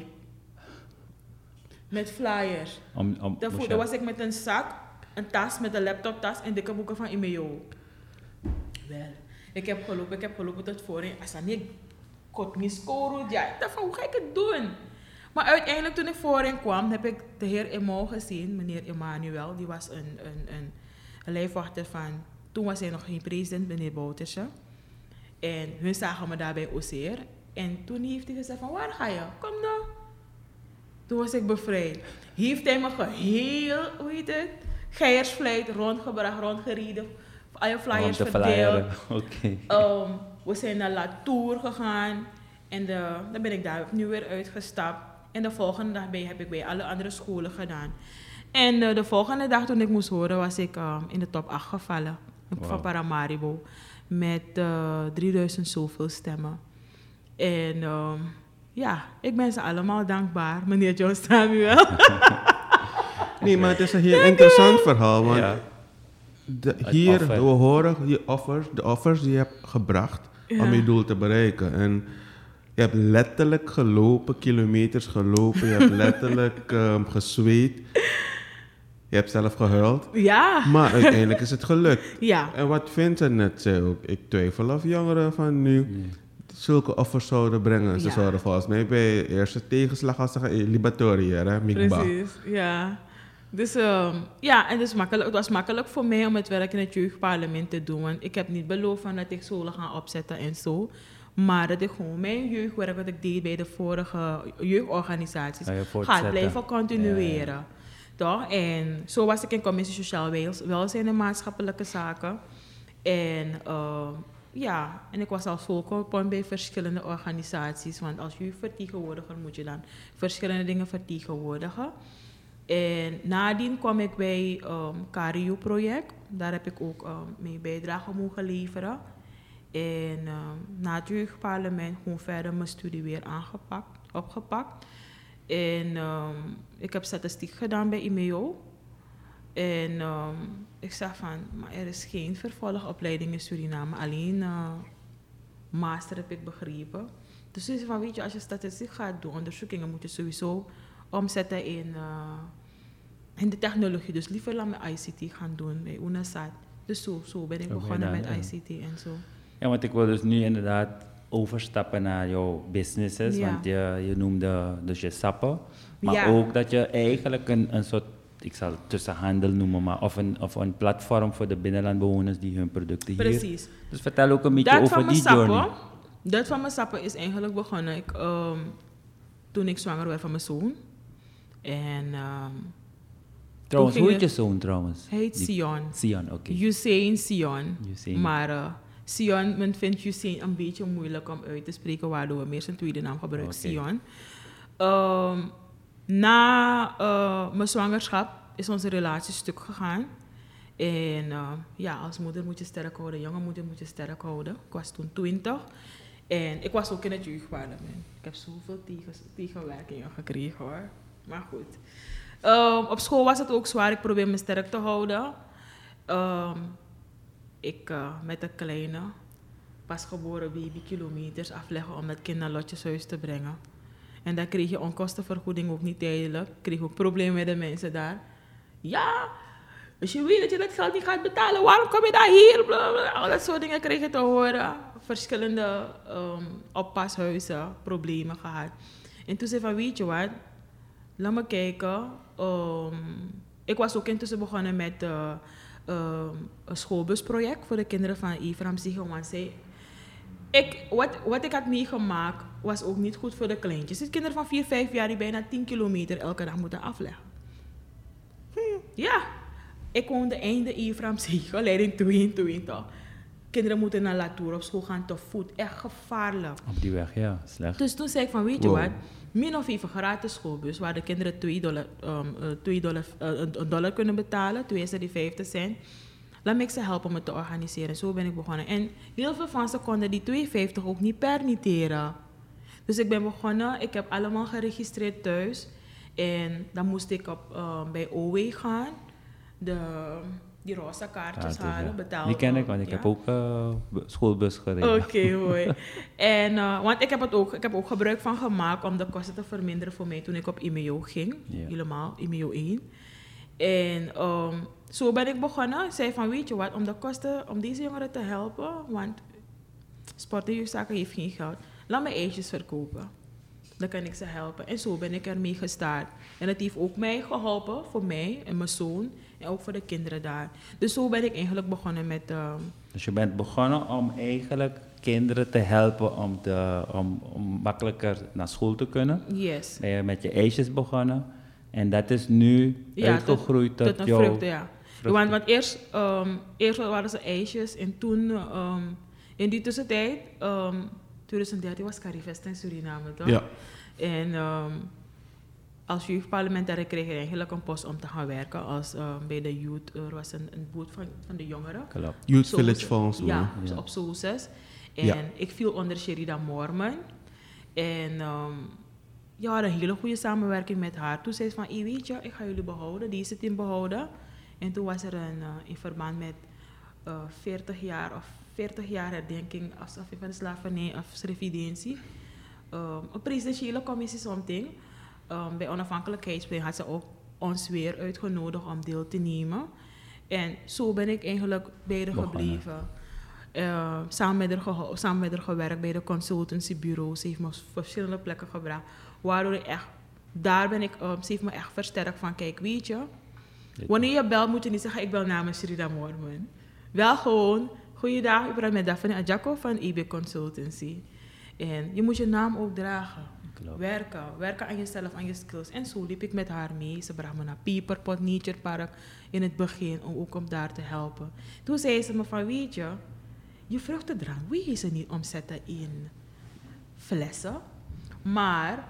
Met flyers. Om, om, Daarvoor moest dan je- was ik met een zak, een tas met een laptoptas en dikke boeken van Imeo. Wel, ik heb gelopen, ik heb gelopen tot voorin. Als dan ik kot niet scoren, ja, ik dacht van, hoe ga ik het doen? Maar uiteindelijk toen ik voorin kwam, heb ik de heer Emo gezien, meneer Emmanuel. Die was een, een, een, een lijfwachter van, toen was hij nog geen president, meneer Bouterse. En hun zagen me daarbij Oseer. En toen heeft hij gezegd van, waar ga je? Kom dan. Toen was ik bevrijd. Heeft hij me geheel, hoe heet het? Geiersvleit rondgebracht, rondgereden. Alle flyers verdeeld. Okay. Um, we zijn naar La Tour gegaan. En de, dan ben ik daar nu weer uitgestapt. En de volgende dag bij, heb ik bij alle andere scholen gedaan. En uh, de volgende dag toen ik moest horen, was ik um, in de top acht gevallen. Wow. Van Paramaribo. Met uh, drieduizend zoveel stemmen. En um, ja, ik ben ze allemaal dankbaar, meneer John Samuel. Nee, maar het is een heel interessant verhaal. Want ja. de, hier, we horen je offers, de offers die je hebt gebracht ja. om je doel te bereiken. En je hebt letterlijk gelopen, kilometers gelopen. Je hebt letterlijk um, gezweet. Je hebt zelf gehuild. Ja. Maar uiteindelijk is het gelukt. Ja. En wat Vincent net zei ook. Ik twijfel of jongeren van nu nee. zulke offers zouden brengen. Ze ja. zouden volgens mij bij de eerste tegenslag al zeggen, hey, libatoria, hè, mikba. Precies, ja. Dus um, ja, en dus makkelijk, het was makkelijk voor mij om het werk in het jeugdparlement te doen. Want ik heb niet beloofd van dat ik scholen ga opzetten en zo. Maar dat ik gewoon mijn jeugdwerk wat ik deed bij de vorige jeugdorganisaties ga blijven continueren. Ja, ja. Toch? En zo was ik in commissie Sociaal Welzijn en Maatschappelijke Zaken. En uh, ja, en ik was als volkomen bij verschillende organisaties. Want als jeugdvertegenwoordiger moet je dan verschillende dingen vertegenwoordigen. En nadien kwam ik bij um, K R I U-project. Daar heb ik ook um, mee bijdrage mogen leveren. En um, na het jeugdparlement gewoon verder mijn studie weer aangepakt, opgepakt. En um, ik heb statistiek gedaan bij I M E O. En um, ik zeg van, maar er is geen vervolgopleiding in Suriname. Alleen uh, master heb ik begrepen. Dus ik zei van, weet je, als je statistiek gaat doen, onderzoekingen moet je sowieso omzetten in, uh, in de technologie. Dus liever laat me I C T gaan doen bij UNASAT. Dus zo, zo ben ik okay, begonnen dan, met ja. I C T en zo. Ja, want ik wil dus nu inderdaad overstappen naar jouw businesses. Ja. Want je, je noemde dus je sappen. Maar ja. ook dat je eigenlijk een, een soort, ik zal het tussenhandel noemen, maar of een, of een platform voor de binnenlandbewoners die hun producten hier... Precies. Dus vertel ook een beetje dat over die sappen, journey. Dat van mijn sappen is eigenlijk begonnen ik, um, toen ik zwanger werd van mijn zoon. En... Um, trouwens, hoe heet je zoon trouwens? Hij heet die, Sion. Sion, oké. Okay. Usain Sion. Usain. Maar uh, Sion, men vindt Usain een beetje moeilijk om uit te spreken, waardoor we meer zijn tweede naam gebruiken, okay. Sion. Um, na uh, mijn zwangerschap is onze relatie stuk gegaan. En uh, ja, als moeder moet je sterk houden, jonge moeder moet je sterk houden. Ik was toen twintig. En ik was ook in het jeugdparlement. Ik heb zoveel tegenwerkingen gekregen hoor. Maar goed. Um, op school was het ook zwaar. Ik probeer me sterk te houden. Um, ik uh, met een kleine, pasgeboren baby kilometers afleggen om dat kind naar lotjeshuis te brengen. En dan kreeg je onkostenvergoeding ook niet tijdelijk. Ik kreeg ook problemen met de mensen daar. Ja, als je weet dat je dat geld niet gaat betalen, waarom kom je daar hier? Blablabla. Al dat soort dingen kreeg je te horen. Verschillende um, oppashuizen, problemen gehad. En toen zei ik van, weet je wat, laat me kijken. Um, ik was ook intussen begonnen met uh, um, een schoolbusproject voor de kinderen van Ephraim Ziegenman. Ik, wat, wat ik had meegemaakt was ook niet goed voor de kleintjes. Het kinderen van vier, vijf jaar die bijna tien kilometer elke dag moeten afleggen. Hm, ja, ik woonde einde Ephraim Ziegen, leiding tweeëntwintig. Kinderen moeten naar La Tour op school gaan te voet. Echt gevaarlijk. Op die weg, ja, slecht. Dus toen zei ik van, weet je wow. wat, min of even gratis schoolbus, waar de kinderen twee dollar, um, uh, twee dollar, uh, een dollar kunnen betalen, twee is er die vijftig cent. Laat me ik ze helpen om het te organiseren. Zo ben ik begonnen. En heel veel van ze konden die twee vijftig ook niet permitteren. Dus ik ben begonnen. Ik heb allemaal geregistreerd thuis. En dan moest ik op, uh, bij O W gaan. De, die roze kaartjes ja, halen. Ja. Betalen. Die ken ik, want ik ja. heb ook uh, schoolbus gereden. Oké, okay, mooi. En, uh, want ik heb, het ook, ik heb ook gebruik van gemaakt om de kosten te verminderen voor mij toen ik op I M E O ging. Ja. Helemaal, I M E O één. En um, zo ben ik begonnen. Ik zei van, weet je wat, om de kosten, om deze jongeren te helpen, want sport en jeugdzaken heeft geen geld. Laat me ijsjes verkopen. dan kan ik ze helpen. En zo ben ik ermee gestart. En het heeft ook mij geholpen, voor mij en mijn zoon. En ook voor de kinderen daar. Dus zo ben ik eigenlijk begonnen met... Uh, dus je bent begonnen om eigenlijk kinderen te helpen om, te, om, om makkelijker naar school te kunnen. Yes. Ben je met je ijsjes begonnen. En dat is nu ja, uitgegroeid tot, tot, tot een jouw... vruchten, ja. Want, want eerst, um, eerst waren ze ijsjes en toen... Um, in die tussentijd... Um, twintig dertien was Carifest in Suriname, toch? Ja. En um, als jeugdparlementariër kreeg je eigenlijk een post om te gaan werken als um, bij de youth. Er was een, een boot van, van de jongeren. Klopt. Youth Village Fonds. Ja, ja. op Soeses. En ja. ik viel onder Sherida Mormon. En um, ja, een hele goede samenwerking met haar. Toen zei ze van, hey, weet je, ik ga jullie behouden, deze team behouden. En toen was er een, uh, in verband met uh, veertig jaar of veertig jaar herdenking afschaffing van de slavernij of revidentie. Um, een presidentiële commissie something. Um, bij onafhankelijkheidsplein had ze ook ons weer uitgenodigd om deel te nemen. En zo ben ik eigenlijk bij haar gebleven. Uh, samen, met haar geho- samen met haar gewerkt bij de consultancybureaus. Ze heeft me op verschillende plekken gebracht. Waardoor ik echt, daar ben ik, uh, ze heeft me echt versterkt van, kijk, weet je, wanneer je belt moet je niet zeggen, ik bel namens Sherida Mormon. Wel gewoon, goeiedag, ik praat met Daphne Adjako van E B Consultancy. En je moet je naam ook dragen. Klopt. Werken, werken aan jezelf, aan je skills. En zo liep ik met haar mee. Ze bracht me naar Peperpot Nature Park in het begin, om ook om daar te helpen. Toen zei ze me van, weet je, je vruchtendrank, wie is ze niet omzetten in flessen? Maar,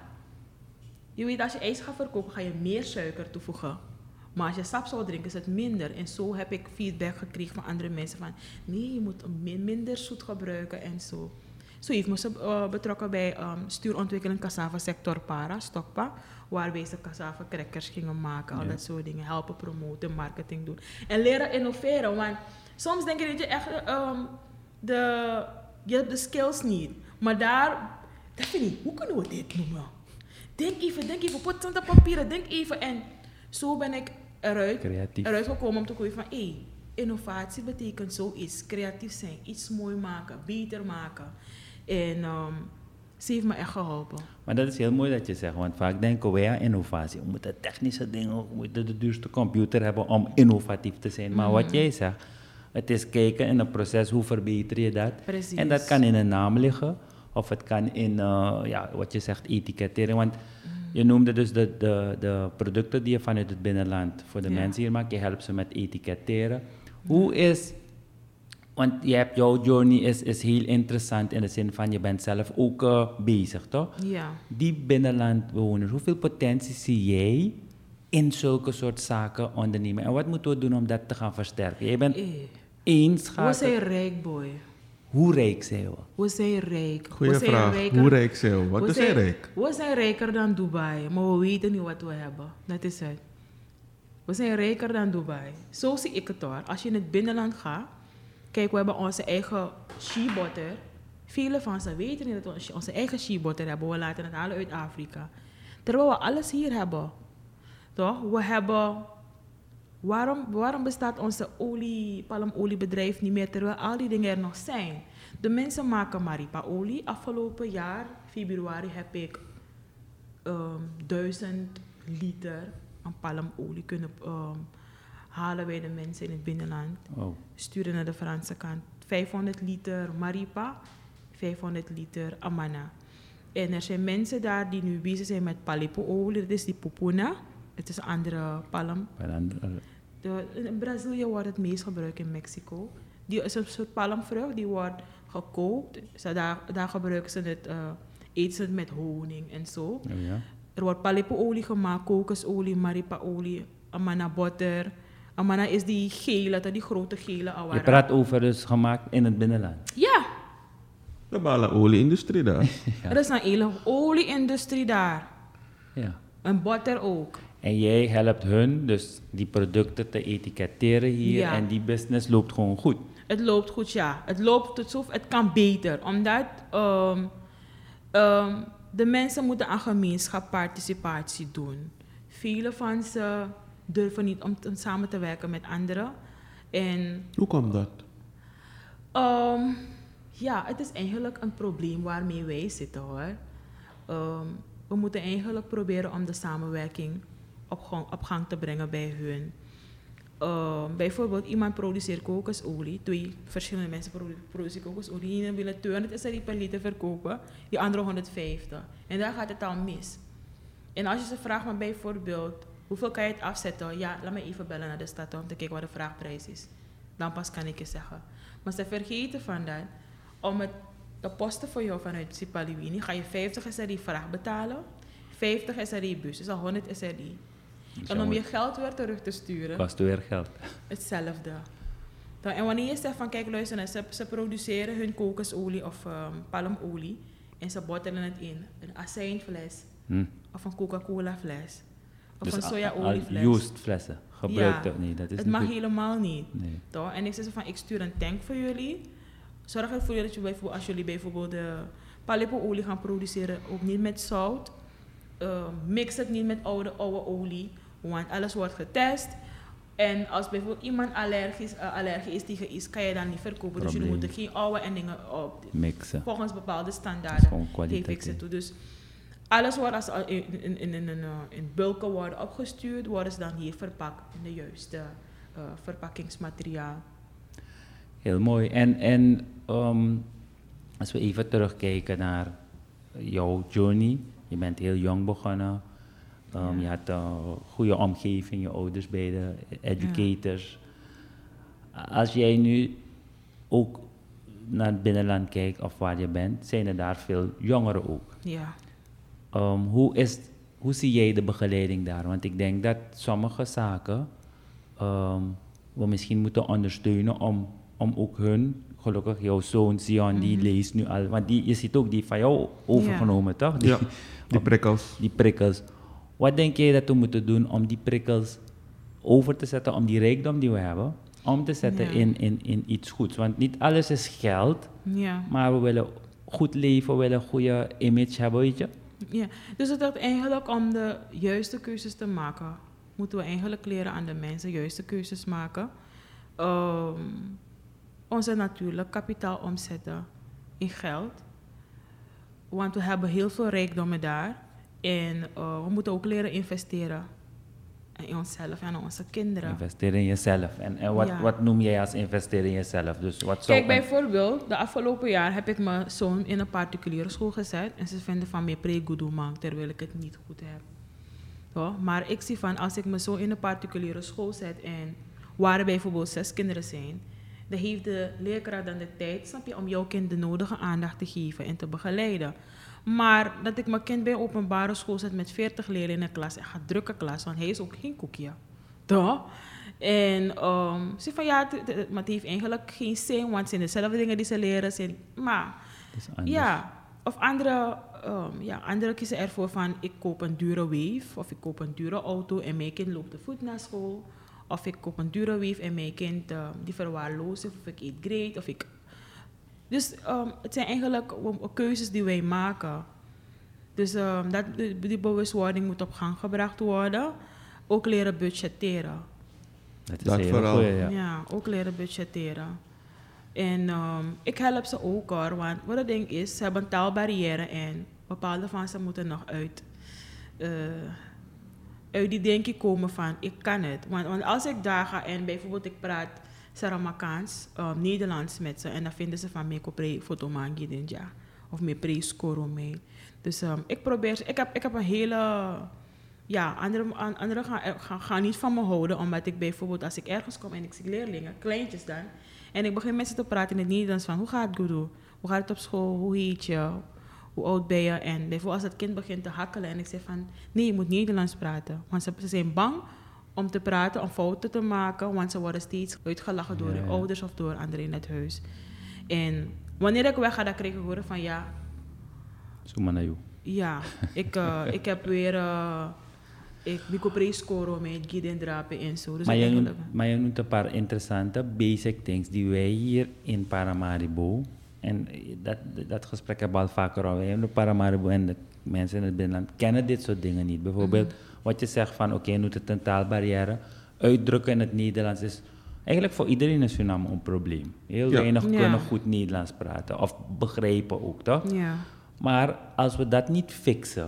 je weet, als je ijs gaat verkopen, ga je meer suiker toevoegen. Maar als je sap zou drinken, is het minder. En zo heb ik feedback gekregen van andere mensen van, nee, je moet minder zoet gebruiken en zo. Zo heeft me ze uh, betrokken bij um, stuurontwikkeling cassava sector para, Stokpa, waarbij ze cassava crackers gingen maken, ja. Al dat soort dingen, helpen promoten, marketing doen. En leren innoveren, want soms denk je dat je echt um, de, je hebt de skills niet. Maar daar, dat vind ik, hoe kunnen we dit noemen? Denk even, denk even, put het op papieren, denk even. En zo ben ik eruit, eruit gekomen om te komen van, hé, hey, innovatie betekent zoiets, creatief zijn, iets mooi maken, beter maken. En um, ze heeft me echt geholpen. Maar dat is heel mooi dat je zegt, want vaak denken wij aan innovatie. We moeten technische dingen, we moeten de duurste computer hebben om innovatief te zijn. Maar mm-hmm. wat jij zegt, het is kijken in een proces, hoe verbeter je dat? Precies. En dat kan in een naam liggen, of het kan in, uh, ja, wat je zegt, etikettering. Want mm. je noemde dus de, de, de producten die je vanuit het binnenland voor de ja. mensen hier maakt. Je helpt ze met etiketteren. Mm. Hoe is... Want je hebt, jouw journey is, is heel interessant in de zin van je bent zelf ook uh, bezig, toch? Ja. Die binnenlandbewoners, hoeveel potentie zie jij in zulke soort zaken ondernemen? En wat moeten we doen om dat te gaan versterken? Je bent eens gaat... We zijn rijk, boy. Hoe rijk zijn we? We zijn rijk. Goeie we zijn vraag. Rijker. Hoe rijk zijn we? Wat we is zijn rijk? We zijn rijker dan Dubai, maar we weten niet wat we hebben. Dat is het. We zijn rijker dan Dubai. Zo zie ik het hoor. Als je in het binnenland gaat... Kijk, we hebben onze eigen shea butter. Vele van ze weten niet dat we onze eigen shea butter hebben. We laten het halen uit Afrika. Terwijl we alles hier hebben. Toch? We hebben... Waarom, waarom bestaat onze olie, palmoliebedrijf niet meer, terwijl al die dingen er nog zijn? De mensen maken maripa-olie. Afgelopen jaar, februari, heb ik um, duizend liter aan palmolie kunnen... Um, halen wij de mensen in het binnenland. Oh. Sturen naar de Franse kant. vijfhonderd liter Maripa, vijfhonderd liter Amana. En er zijn mensen daar die nu bezig zijn met palipo-olie. Dat is die pupuna. Het is een andere palm. De, in Brazilië wordt het meest gebruikt in Mexico. Die is een soort palmvrucht, die wordt gekookt. Zo daar, daar gebruiken ze het, uh, eten ze het met honing en zo. Oh ja. Er wordt palipo-olie gemaakt, kokosolie, maripa-olie, Amana butter. Amana is die gele, die grote gele awara. Je praat over dus gemaakt in het binnenland? Ja. We hebben een olieindustrie daar. Ja. Er is een hele olieindustrie daar. Ja. En butter ook. En jij helpt hun dus die producten te etiketteren hier ja. En die business loopt gewoon goed? Het loopt goed, ja. Het loopt tot zo, het kan beter. Omdat um, um, de mensen moeten aan gemeenschapsparticipatie doen. Vele van ze... durven niet om, om samen te werken met anderen. En, hoe komt dat? Um, ja, het is eigenlijk een probleem waarmee wij zitten hoor. Um, we moeten eigenlijk proberen om de samenwerking op gang, op gang te brengen bij hun. Uh, bijvoorbeeld, iemand produceert kokosolie. Twee verschillende mensen produ- produceren kokosolie. Die ene willen tweehonderd S R I per liter verkopen, die andere honderdvijftig. En daar gaat het al mis. En als je ze vraagt, maar bijvoorbeeld, hoeveel kan je het afzetten? Ja, laat me even bellen naar de stad om te kijken wat de vraagprijs is. Dan pas kan ik je zeggen. Maar ze vergeten van dat. Om het te posten voor jou vanuit Sipaliwini ga je vijftig S R I vraag betalen. vijftig S R I bus, dus al honderd S R I. En om je geld weer terug te sturen, kost weer geld. Hetzelfde. Dan, en wanneer je zegt van kijk luister, ze, ze produceren hun kokosolie of um, palmolie en ze bottelen het in een azijnfles hm. of een Coca-Cola fles of dus een sojaoliefles. Used flessen, gebruikt ja, ook niet. Dat is het niet mag goed. helemaal niet. Nee. Toch? En ik zeg van ik stuur een tank voor jullie. Zorg ervoor dat je bijvoorbeeld, als jullie bijvoorbeeld de palipoolie gaan produceren, ook niet met zout. Uh, mix het niet met oude, oude olie, want alles wordt getest. En als bijvoorbeeld iemand allergisch, uh, allergie is tegen iets, kan je dan niet verkopen. Probleem. Dus jullie moeten geen oude en dingen op mixen. Volgens bepaalde standaarden geef ik ze toe. Dus alles wordt als in, in, in, in, in, in bulken worden opgestuurd, worden ze dan hier verpakt in de juiste uh, verpakkingsmateriaal. Heel mooi. En, en um, als we even terugkijken naar jouw journey. Je bent heel jong begonnen. Um, ja. Je had een goede omgeving, je ouders beide, educators. Ja. Als jij nu ook naar het binnenland kijkt of waar je bent, zijn er daar veel jongeren ook. Ja. Um, hoe, is, hoe zie jij de begeleiding daar? Want ik denk dat sommige zaken um, we misschien moeten ondersteunen om, om ook hun, gelukkig jouw zoon Sion, die mm-hmm. leest nu al, want die, je ziet ook die van jou overgenomen, ja. toch? Die, ja, die prikkels. Die prikkels. Wat denk jij dat we moeten doen om die prikkels over te zetten, om die rijkdom die we hebben, om te zetten ja. in, in, in iets goeds? Want niet alles is geld, ja. maar we willen goed leven, we willen een goede image hebben, weet je? Ja, dus het gaat eigenlijk om de juiste keuzes te maken. Moeten we eigenlijk leren aan de mensen juiste keuzes maken. Um, onze natuurlijk kapitaal omzetten in geld. Want we hebben heel veel rijkdommen daar. En uh, we moeten ook leren investeren in onszelf en onze kinderen. Investeren in jezelf. En, en wat, ja. wat noem jij als investeren in jezelf? Dus wat Kijk, bijvoorbeeld, de afgelopen jaar heb ik mijn zoon in een particuliere school gezet. En ze vinden van mij pre-goedoeman, terwijl ik het niet goed heb. Toch? Maar ik zie van, als ik mijn zoon in een particuliere school zet en waar er bijvoorbeeld zes kinderen zijn, dan heeft de leerkracht dan de tijd, snap je, om jouw kind de nodige aandacht te geven en te begeleiden. Maar dat ik mijn kind bij een openbare school zet met veertig leerlingen in een klas, en gaat drukke klas, want hij is ook geen koekje. Toch? En um, ze van ja, t- t- maar het heeft eigenlijk geen zin, want het zijn dezelfde dingen die ze leren. Zijn, maar ja, of andere, um, ja, anderen kiezen ervoor van ik koop een dure wave of ik koop een dure auto en mijn kind loopt te voet naar school. Of ik koop een dure wave en mijn kind um, die verwaarloost of ik eet great of ik... Dus um, het zijn eigenlijk um, keuzes die wij maken. Dus um, dat, die, die bewustwording moet op gang gebracht worden. Ook leren budgetteren. Dat is dat vooral. Goeie, ja. ja, ook leren budgetteren. En um, ik help ze ook hoor, want wat het ding is, ze hebben een taalbarrière en bepaalde van ze moeten nog uit, uh, uit die denken komen van ik kan het. Want, want als ik daar ga en bijvoorbeeld ik praat Saramakaans, um, Nederlands met ze en dan vinden ze van mij kopre fotomangi din ja of me pre score mee. Dus um, ik probeer, ik heb, ik heb een hele, ja, anderen andere gaan, gaan, gaan niet van me houden, omdat ik bijvoorbeeld als ik ergens kom en ik zie leerlingen, kleintjes dan, en ik begin met ze te praten in het Nederlands van hoe gaat het Gudu? Hoe gaat het op school? Hoe heet je? Hoe oud ben je? En bijvoorbeeld als het kind begint te hakkelen en ik zeg van nee, je moet Nederlands praten, want ze, ze zijn bang om te praten, om fouten te maken, want ze worden steeds uitgelachen door ja, hun ja. ouders of door anderen in het huis. En wanneer ik weg ga, dan krijg ik horen van ja... Sumanayu. Ja, ik, uh, ik heb weer... Uh, ik bico pre-score met Gideon Drapen en zo. Dus maar, je noemt, maar je noemt een paar interessante basic things die wij hier in Paramaribo... En dat, dat gesprek hebben we al vaker al. In Paramaribo en de mensen in het binnenland kennen dit soort dingen niet. Bijvoorbeeld... Mm-hmm. Wat je zegt van, oké, okay, nu het een taalbarrière. Uitdrukken in het Nederlands is eigenlijk voor iedereen in Suriname een probleem. Heel ja. weinig ja. kunnen goed Nederlands praten. Of begrijpen ook, toch? Ja. Maar als we dat niet fixen,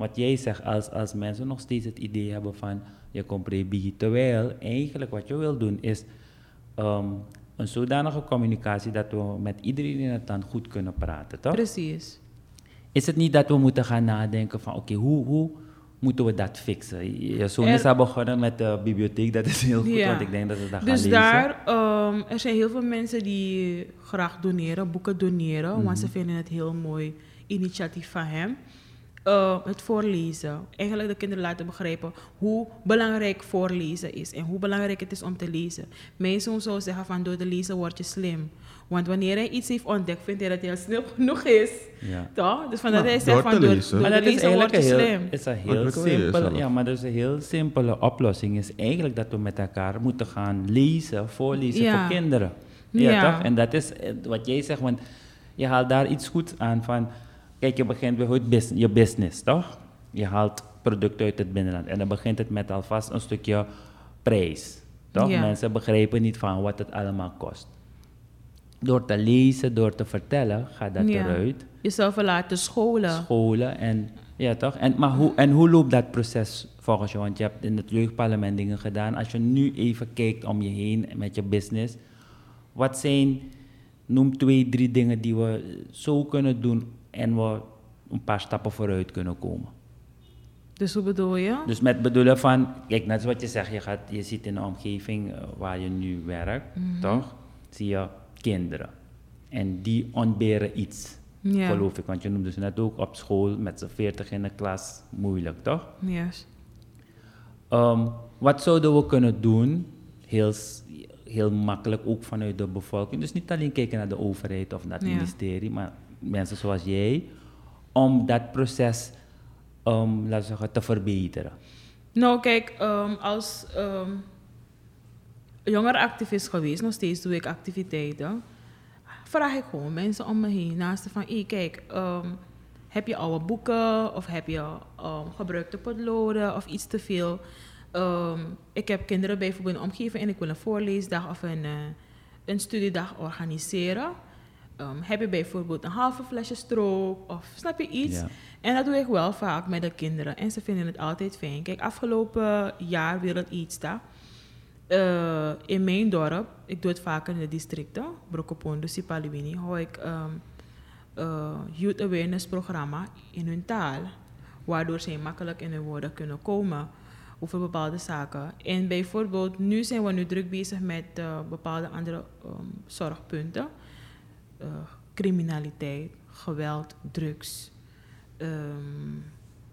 wat jij zegt, als, als mensen nog steeds het idee hebben van je komt prebie, terwijl eigenlijk wat je wil doen is um, een zodanige communicatie dat we met iedereen in het land goed kunnen praten, toch? Precies. Is het niet dat we moeten gaan nadenken van oké, okay, hoe, hoe moeten we dat fixen? Je zoon is al begonnen met de bibliotheek, dat is heel goed, ja. Want ik denk dat ze dat gaan dus lezen. Dus daar, um, er zijn heel veel mensen die graag doneren, boeken doneren, mm-hmm. want ze vinden het heel mooi initiatief van hem. Uh, het voorlezen. Eigenlijk de kinderen laten begrijpen hoe belangrijk voorlezen is en hoe belangrijk het is om te lezen. Mijn zoon zou zeggen van door te lezen word je slim. Want wanneer hij iets heeft ontdekt, vindt hij dat hij al snel genoeg is. Ja. Toch? Dus van dat nou, hij zegt van door, door te maar lezen word je heel, slim. Is een heel simpele, ja, maar dat is een heel simpele oplossing. Is eigenlijk dat we met elkaar moeten gaan lezen, voorlezen ja. voor kinderen. Ja, ja, toch? En dat is wat jij zegt, want je haalt daar iets goeds aan van. Kijk, je begint bijvoorbeeld je business, toch? Je haalt producten uit het binnenland. En dan begint het met alvast een stukje prijs, toch? Ja. Mensen begrijpen niet van wat het allemaal kost. Door te lezen, door te vertellen, gaat dat ja. eruit. Jezelf laten scholen. Scholen, en, ja toch? En, maar hoe, en hoe loopt dat proces volgens jou? Want je hebt in het jeugdparlement dingen gedaan. Als je nu even kijkt om je heen met je business. Wat zijn, noem twee, drie dingen die we zo kunnen doen en we een paar stappen vooruit kunnen komen. Dus hoe bedoel je? Dus met bedoelen van, kijk, net zoals wat je zegt, je, gaat, je zit in een omgeving waar je nu werkt, mm-hmm. toch? Zie je kinderen. En die ontberen iets, ja. geloof ik. Want je noemde ze net ook op school met z'n veertig in de klas, moeilijk, toch? Yes. Um, wat zouden we kunnen doen, heel, heel makkelijk ook vanuit de bevolking. Dus niet alleen kijken naar de overheid of naar het ja. ministerie, maar mensen zoals jij, om dat proces, um, laten we zeggen, te verbeteren? Nou, kijk, um, als um, jongerenactivist geweest, nog steeds doe ik activiteiten, vraag ik gewoon mensen om me heen, naast van, hé, hey, kijk, um, heb je oude boeken of heb je um, gebruikte potloden of iets te veel? Um, ik heb kinderen bijvoorbeeld in de omgeving en ik wil een voorleesdag of een, uh, een studiedag organiseren. Um, heb je bijvoorbeeld een halve flesje stroop of snap je iets? Ja. En dat doe ik wel vaak met de kinderen en ze vinden het altijd fijn. Kijk, afgelopen jaar Wereld Eetsta, uh, in mijn dorp, ik doe het vaker in de districten, Brokopondo, Sipaliwini, hou ik um, uh, youth awareness programma in hun taal, waardoor zij makkelijk in hun woorden kunnen komen over bepaalde zaken. En bijvoorbeeld, nu zijn we nu druk bezig met uh, bepaalde andere um, zorgpunten. Uh, criminaliteit, geweld, drugs. Um,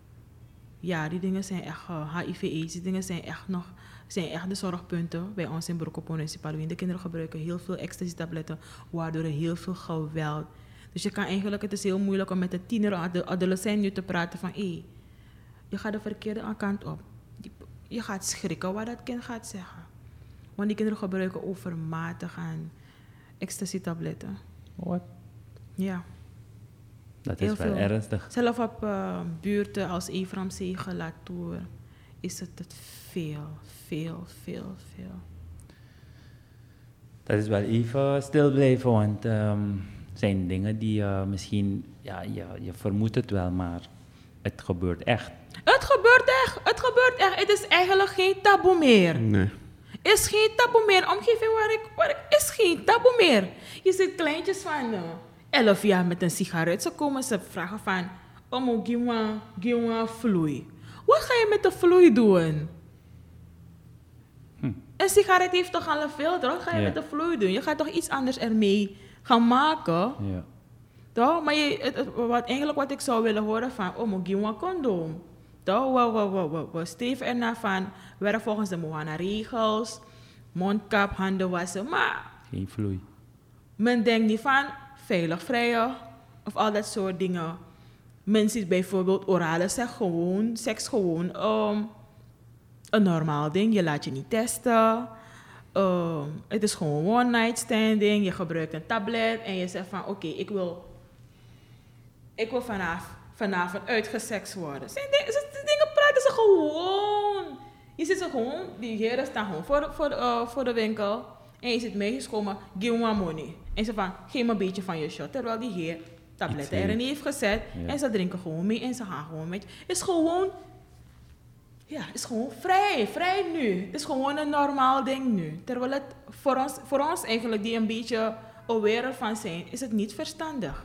ja, die dingen zijn echt, uh, H I V-AIDS, die dingen zijn echt nog, zijn echt de zorgpunten bij ons in Brokopondo en Sipaliwini. De kinderen gebruiken heel veel ecstasy-tabletten, waardoor er heel veel geweld. Dus je kan eigenlijk, het is heel moeilijk om met de tiener, de adolescent nu te praten van, hé, hey, je gaat de verkeerde kant op. Je gaat schrikken wat dat kind gaat zeggen. Want die kinderen gebruiken overmatig aan ecstasy-tabletten. Wat? Ja. Dat is heel wel veel. Ernstig. Zelf op uh, buurten als Ephraimzege, Latour is het, het veel, veel, veel, veel. Dat is wel even stil blijven, want het um, zijn dingen die uh, misschien, ja, je, je vermoedt het wel, maar het gebeurt echt. Het gebeurt echt, het gebeurt echt. Het is eigenlijk geen taboe meer. Nee. Is geen taboe meer. Omgeving waar ik, waar ik is geen taboe meer. Je ziet kleintjes van uh, elf jaar met een sigaret. Ze komen, ze vragen van, omo, giwa, giwa vloei. Wat ga je met de vloei doen? Hm. Een sigaret heeft toch al een filter? Wat ga je ja. met de vloei doen? Je gaat toch iets anders ermee gaan maken? Ja. Toch? Maar je, het, het, wat, eigenlijk wat ik zou willen horen van, omo, giwa condoom. Toch? We, we, we, we, we streven ernaar van, werk volgens de Moana-regels, mondkap, handen wassen, maar geen vloei. Men denkt niet van veilig vrijen of al dat soort dingen. Men ziet bijvoorbeeld orale seks gewoon, seks gewoon um, een normaal ding. Je laat je niet testen. Um, het is gewoon one night standing. Je gebruikt een tablet en je zegt van oké, okay, ik wil, ik wil vanaf, vanavond uitgesext worden. Zijn dingen, die dingen praten ze gewoon. Je ziet ze gewoon, die heren staan gewoon voor de, voor de, uh, voor de winkel. En je zit meegekomen, give me money. En ze van, geef me een beetje van je shot. Terwijl die heer tabletten erin heeft gezet. Ja. En ze drinken gewoon mee en ze gaan gewoon met je. Het is gewoon, ja, het is gewoon vrij, vrij nu. Het is gewoon een normaal ding nu. Terwijl het voor ons, voor ons eigenlijk die een beetje aware van zijn, is het niet verstandig.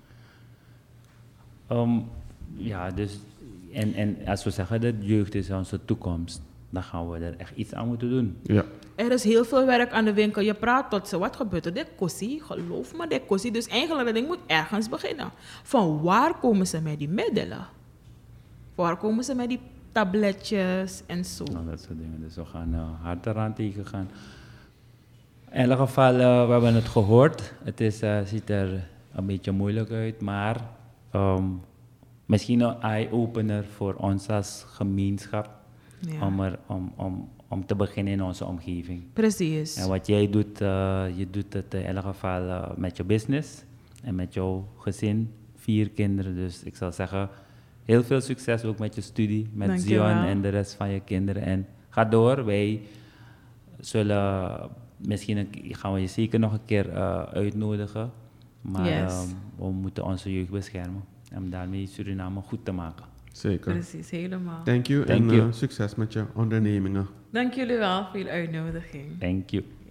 Um, ja, dus, en, en als we zeggen dat jeugd is onze toekomst, dan gaan we er echt iets aan moeten doen. Ja. Er is heel veel werk aan de winkel. Je praat tot ze, wat gebeurt er? Dit kostie, geloof me, dit kostie. Dus eigenlijk, dat ding moet ergens beginnen. Van waar komen ze met die middelen? Van waar komen ze met die tabletjes en zo? Nou, dat soort dingen. Dus we gaan uh, hard eraan tegen gaan. In elk geval, uh, we hebben het gehoord. Het is, uh, ziet er een beetje moeilijk uit, maar um, misschien een eye-opener voor ons als gemeenschap. Ja. Om, er, om, om, om te beginnen in onze omgeving. Precies. En wat jij doet, uh, je doet het in elk geval uh, met je business en met jouw gezin, vier kinderen. Dus ik zou zeggen, heel veel succes ook met je studie, met Dank Zion en de rest van je kinderen. En ga door, wij zullen, misschien een, gaan we je zeker nog een keer uh, uitnodigen. Maar yes. uh, we moeten onze jeugd beschermen om daarmee Suriname goed te maken. Zeker. Precies, helemaal. Thank you Thank en you. Uh, succes met je ondernemingen. Dank jullie wel voor jullie uitnodiging. Thank you.